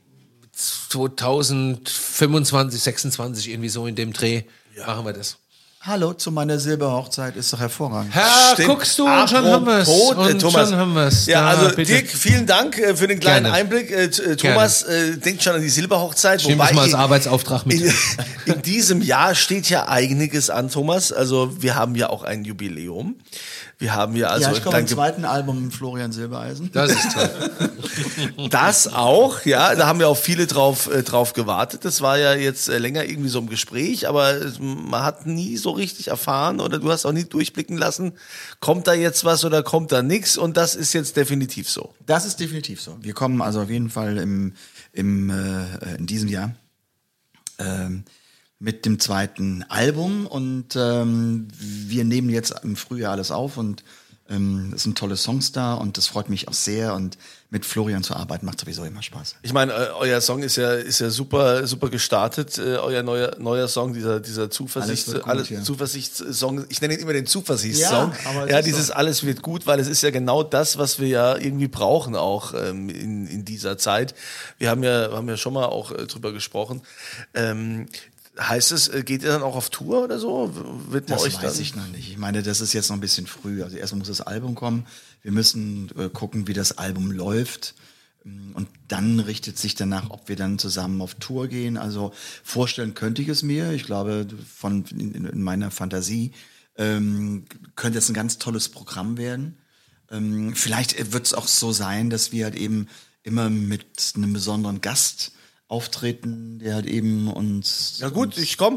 2025, 26 irgendwie so in dem Dreh machen wir das. Hallo, zu meiner Silberhochzeit ist doch hervorragend. Guckst du, und schon haben wir's. Thomas. Ja, also bitte. Dirk, vielen Dank für den kleinen Einblick. Thomas denkt schon an die Silberhochzeit. Wobei mal als Arbeitsauftrag mit. In diesem Jahr steht ja einiges an, Thomas. Also wir haben ja auch ein Jubiläum. Wir haben ja also ich komme im zweiten Album Florian Silbereisen. Das ist toll. Das auch, ja. Da haben ja auch viele drauf gewartet. Das war ja jetzt länger irgendwie so im Gespräch, aber man hat nie so richtig erfahren oder du hast auch nie durchblicken lassen, kommt da jetzt was oder kommt da nichts, und das ist jetzt definitiv so. Das ist definitiv so. Wir kommen also auf jeden Fall in diesem Jahr mit dem zweiten Album, und wir nehmen jetzt im Frühjahr alles auf, und es sind tolle Songs da, und das freut mich auch sehr, und mit Florian zu arbeiten macht sowieso immer Spaß. Ich meine, euer Song ist ja super gestartet, euer neuer Song, dieser Zuversichtssong. Ich nenne ihn immer den Zuversichtssong. Ja, dieses so. Alles wird gut, weil es ist ja genau das, was wir ja irgendwie brauchen auch in dieser Zeit. Wir haben ja schon mal auch drüber gesprochen. Heißt es, geht ihr dann auch auf Tour oder so? Weiß ich noch nicht. Ich meine, das ist jetzt noch ein bisschen früh. Also erstmal muss das Album kommen. Wir müssen gucken, wie das Album läuft. Und dann richtet sich danach, ob wir dann zusammen auf Tour gehen. Also vorstellen könnte ich es mir. Ich glaube, in meiner Fantasie könnte es ein ganz tolles Programm werden. Vielleicht wird es auch so sein, dass wir halt eben immer mit einem besonderen Gast auftreten, der halt eben uns... Ja gut, ich komme.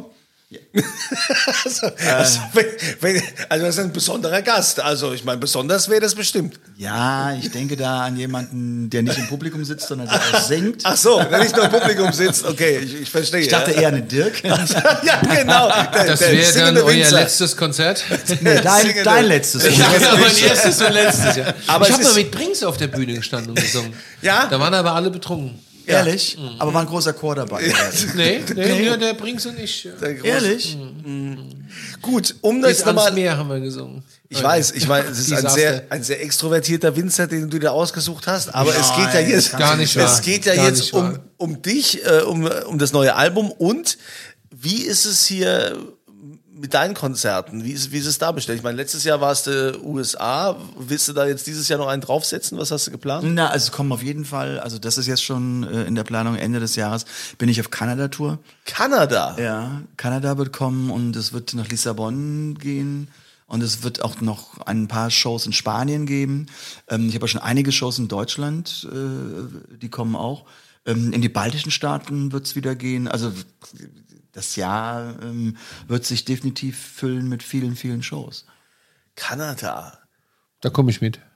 Also das ist ein besonderer Gast. Also ich meine, besonders wäre das bestimmt. Ja, ich denke da an jemanden, der nicht im Publikum sitzt, sondern der auch singt. Ach so, der nicht nur im Publikum sitzt. Okay, ich verstehe. Ich dachte eher an den Dirk. Ja, genau. Das wäre dann euer letztes Konzert? Nee, dein letztes. Ja, genau, mein erstes und letztes. Ja. Aber ich habe mal mit Brings auf der Bühne gestanden und gesungen. Ja? Da waren aber alle betrunken. Ehrlich? Aber war ein großer Chor dabei. Nee, nur der Brings und ich. Ehrlich? Gut, um das Bis ans nochmal... Meer haben wir gesungen. Ich weiß, es ist ein sehr extrovertierter Winzer, den du dir ausgesucht hast, aber es geht ja jetzt gar nicht wahr. Es geht ja Gar jetzt nicht wahr. um dich, um das neue Album und wie ist es hier mit deinen Konzerten? Wie ist es da bestellt? Ich meine, letztes Jahr warst du USA. Willst du da jetzt dieses Jahr noch einen draufsetzen? Was hast du geplant? Na, also kommen auf jeden Fall, also das ist jetzt schon in der Planung, Ende des Jahres bin ich auf Kanada-Tour. Kanada? Ja, Kanada wird kommen und es wird nach Lissabon gehen. Und es wird auch noch ein paar Shows in Spanien geben. Ich habe ja schon einige Shows in Deutschland, die kommen auch. In die baltischen Staaten wird es wieder gehen. Also das Jahr wird sich definitiv füllen mit vielen, vielen Shows. Kanada. Da komme ich mit.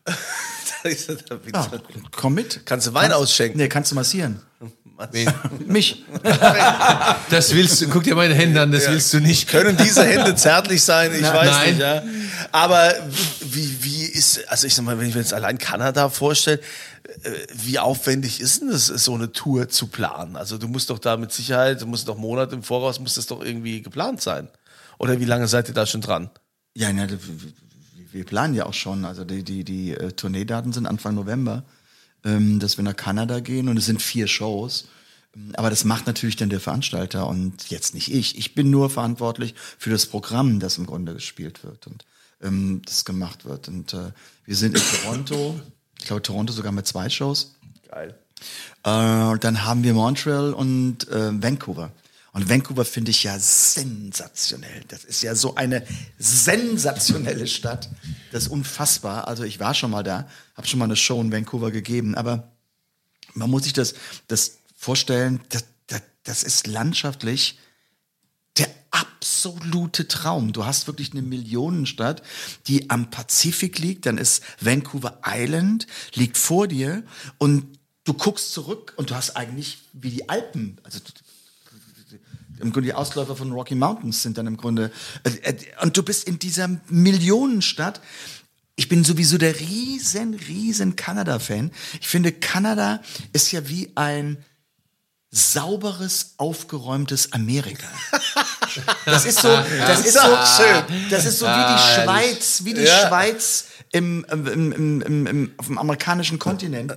Komm mit. Kannst du Wein ausschenken? Nee, kannst du massieren. Mich. Das willst du, guck dir meine Hände an, das willst du nicht. Können diese Hände zärtlich sein? Ich weiß nein. nicht, ja. Aber wie ist, also ich sag mal, wenn ich mir jetzt allein Kanada vorstelle, wie aufwendig ist denn das, so eine Tour zu planen? Also du musst doch da mit Sicherheit, du musst doch Monate im Voraus, muss das doch irgendwie geplant sein. Oder wie lange seid ihr da schon dran? Ja, wir planen ja auch schon. Also die Tourneedaten sind Anfang November, dass wir nach Kanada gehen und es sind 4 Shows. Aber das macht natürlich dann der Veranstalter und jetzt nicht ich. Ich bin nur verantwortlich für das Programm, das im Grunde gespielt wird und das gemacht wird. Und wir sind in Toronto, ich glaube Toronto sogar mit 2 Shows. Geil. Dann haben wir Montreal und Vancouver. Und Vancouver finde ich ja sensationell. Das ist ja so eine sensationelle Stadt. Das ist unfassbar. Also ich war schon mal da, habe schon mal eine Show in Vancouver gegeben. Aber man muss sich das vorstellen, das ist landschaftlich der absolute Traum. Du hast wirklich eine Millionenstadt, die am Pazifik liegt. Dann ist Vancouver Island, liegt vor dir. Und du guckst zurück und du hast eigentlich wie die Alpen, also im Grunde die Ausläufer von Rocky Mountains sind dann im Grunde, und du bist in dieser Millionenstadt. Ich bin sowieso der riesen Kanada-Fan. Ich finde, Kanada ist ja wie ein sauberes, aufgeräumtes Amerika. Das ist so schön. Das ist so wie die Schweiz auf dem amerikanischen Kontinent.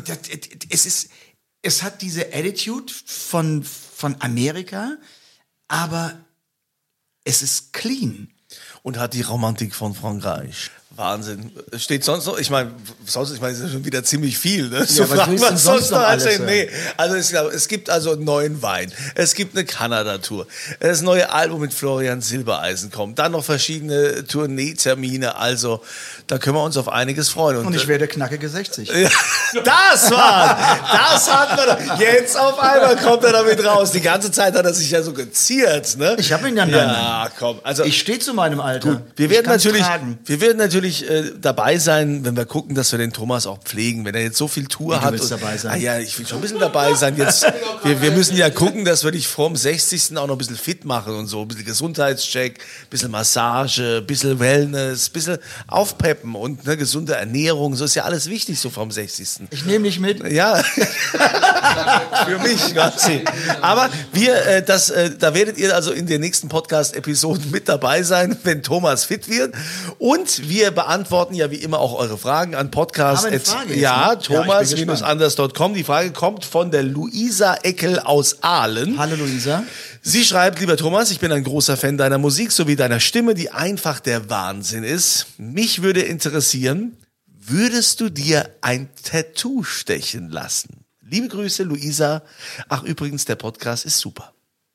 Es hat diese Attitude von Amerika, aber es ist clean. Und hat die Romantik von Frankreich. Wahnsinn. Steht sonst noch? Ich meine, es ist ja schon wieder ziemlich viel. Ne? Ja, was sonst noch alles? Nee. Also es gibt also einen neuen Wein. Es gibt eine Kanada-Tour. Das neue Album mit Florian Silbereisen kommt. Dann noch verschiedene Tourneetermine. Also da können wir uns auf einiges freuen. Und ich werde knackige 60. Das hatten wir doch. Jetzt auf einmal kommt er damit raus. Die ganze Zeit hat er sich ja so geziert. Ne? Ich habe ihn ja Ja, komm. Also, ich stehe zu meinem Alter. Gut, wir werden natürlich dabei sein, wenn wir gucken, dass wir den Thomas auch pflegen. Wenn er jetzt so viel Tour hat. Du willst dabei sein? Ja, ich will schon ein bisschen dabei sein. Jetzt, wir müssen ja gucken, dass wir dich vorm 60. auch noch ein bisschen fit machen und so. Ein bisschen Gesundheitscheck, ein bisschen Massage, ein bisschen Wellness, ein bisschen aufpeppen und eine gesunde Ernährung. So ist ja alles wichtig so vorm 60. Ich nehme dich mit. Ja, für mich. Aber da werdet ihr also in den nächsten Podcast-Episoden mit dabei sein, wenn Thomas fit wird. Und wir beantworten ja wie immer auch eure Fragen an Podcast. Thomas-anders.com. Die Frage kommt von der Luisa Eckel aus Aalen. Hallo Luisa. Sie schreibt, lieber Thomas, ich bin ein großer Fan deiner Musik sowie deiner Stimme, die einfach der Wahnsinn ist. Mich würde interessieren, würdest du dir ein Tattoo stechen lassen? Liebe Grüße, Luisa. Ach, übrigens, der Podcast ist super.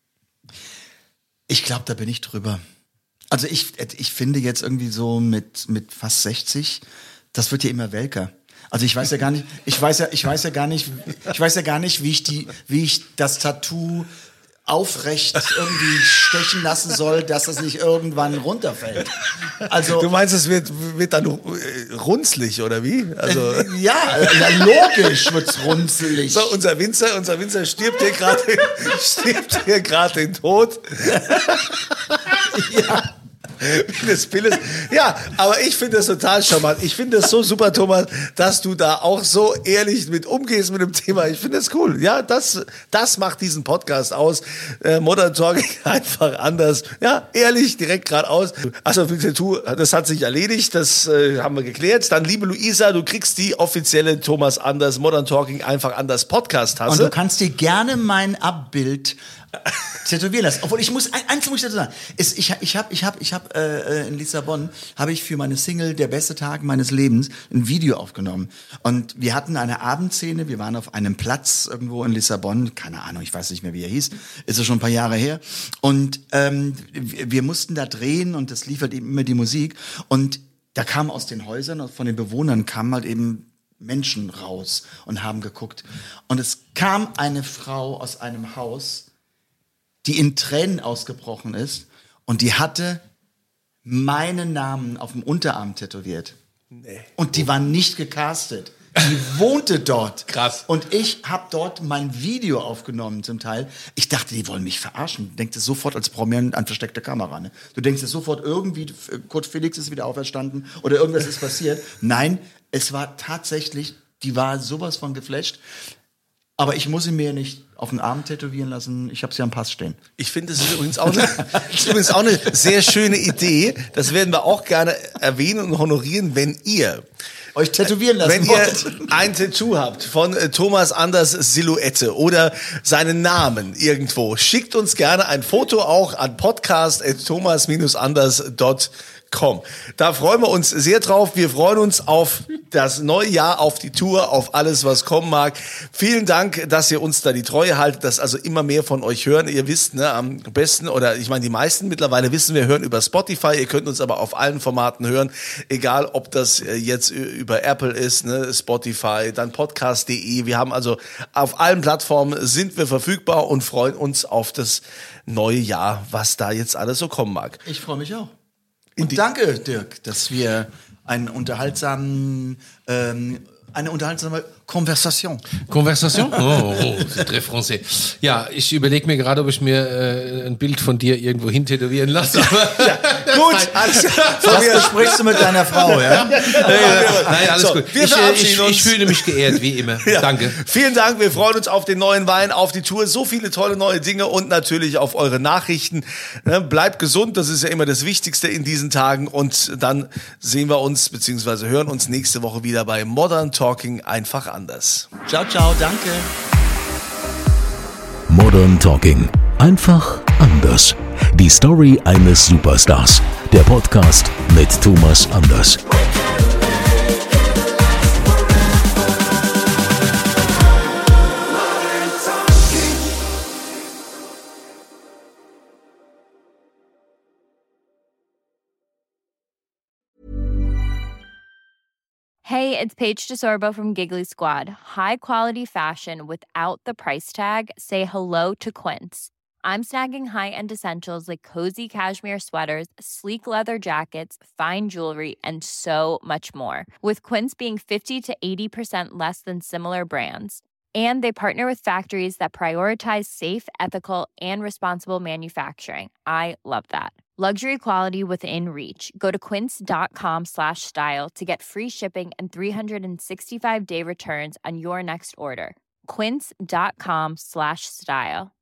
Ich glaube, da bin ich drüber. Also ich finde jetzt irgendwie so mit fast 60, das wird ja immer welker. Also ich weiß ja gar nicht, wie ich das Tattoo aufrecht irgendwie stechen lassen soll, dass es nicht irgendwann runterfällt. Also Du meinst, es wird dann runzlig, oder wie? Also ja, logisch wird's runzelig. so, unser Winzer stirbt hier gerade den Tod. Ja. Das Bild ist, ja, aber ich finde das total charmant. Ich finde das so super, Thomas, dass du da auch so ehrlich mit umgehst mit dem Thema. Ich finde das cool. Ja, das macht diesen Podcast aus. Modern Talking einfach anders. Ja, ehrlich, direkt geradeaus. Achso, das hat sich erledigt. Das haben wir geklärt. Dann, liebe Luisa, du kriegst die offizielle Thomas Anders Modern Talking einfach anders Podcast-Tasse. Und du kannst dir gerne mein Abbild tätowieren lassen. Obwohl eins muss ich dazu sagen. Ich habe in Lissabon habe ich für meine Single Der beste Tag meines Lebens ein Video aufgenommen. Und wir hatten eine Abendszene. Wir waren auf einem Platz irgendwo in Lissabon. Keine Ahnung, ich weiß nicht mehr, wie er hieß. Ist ja schon ein paar Jahre her. Und wir mussten da drehen und es lief halt eben immer die Musik. Und da kamen aus den Häusern, von den Bewohnern kamen halt eben Menschen raus und haben geguckt. Und es kam eine Frau aus einem Haus, die in Tränen ausgebrochen ist und die hatte meinen Namen auf dem Unterarm tätowiert. Nee. Und die war nicht gecastet. Die wohnte dort. Krass. Und ich habe dort mein Video aufgenommen zum Teil. Ich dachte, die wollen mich verarschen. Du denkst es sofort als Prominent an versteckte Kamera. Ne? Du denkst es sofort irgendwie, Kurt Felix ist wieder auferstanden oder irgendwas ist passiert. Nein, es war tatsächlich, die war sowas von geflasht. Aber ich muss sie mir nicht auf den Arm tätowieren lassen. Ich habe sie am Pass stehen. Ich finde, das ist übrigens auch eine sehr schöne Idee. Das werden wir auch gerne erwähnen und honorieren, wenn ihr euch tätowieren lassen wenn wollt. Ihr ein Tattoo habt von Thomas Anders Silhouette oder seinen Namen irgendwo, schickt uns gerne ein Foto auch an podcast@thomas-anders.com. Da freuen wir uns sehr drauf. Wir freuen uns auf das neue Jahr, auf die Tour, auf alles, was kommen mag. Vielen Dank, dass ihr uns da die Treue haltet, dass also immer mehr von euch hören. Ihr wisst, ne, am besten, oder ich meine, die meisten mittlerweile wissen, wir hören über Spotify. Ihr könnt uns aber auf allen Formaten hören, egal ob das jetzt über Apple ist, ne, Spotify, dann podcast.de. Wir haben also auf allen Plattformen sind wir verfügbar und freuen uns auf das neue Jahr, was da jetzt alles so kommen mag. Ich freue mich auch. Und danke, Dirk, dass wir eine unterhaltsame Konversation. Konversation? Oh, c'est très français. Ja, ich überlege mir gerade, ob ich mir ein Bild von dir irgendwo hin tätowieren lasse. Ja, gut, alles Das besprichst du mit deiner Frau, ja? Nein, alles So, gut. wir verabschieden uns. Ich fühle mich geehrt, wie immer. Ja. Danke. Vielen Dank, wir freuen uns auf den neuen Wein, auf die Tour, so viele tolle neue Dinge und natürlich auf eure Nachrichten. Ne, bleibt gesund, das ist ja immer das Wichtigste in diesen Tagen und dann sehen wir uns bzw. hören uns nächste Woche wieder bei Modern Talking einfach anders. Ciao, ciao, danke. Modern Talking. Einfach anders. Die Story eines Superstars. Der Podcast mit Thomas Anders. Hey, it's Paige DeSorbo from Giggly Squad. High quality fashion without the price tag. Say hello to Quince. I'm snagging high-end essentials like cozy cashmere sweaters, sleek leather jackets, fine jewelry, and so much more. With Quince being 50 to 80% less than similar brands. And they partner with factories that prioritize safe, ethical, and responsible manufacturing. I love that. Luxury quality within reach. Go to quince.com/style to get free shipping and 365-day returns on your next order. Quince.com/style.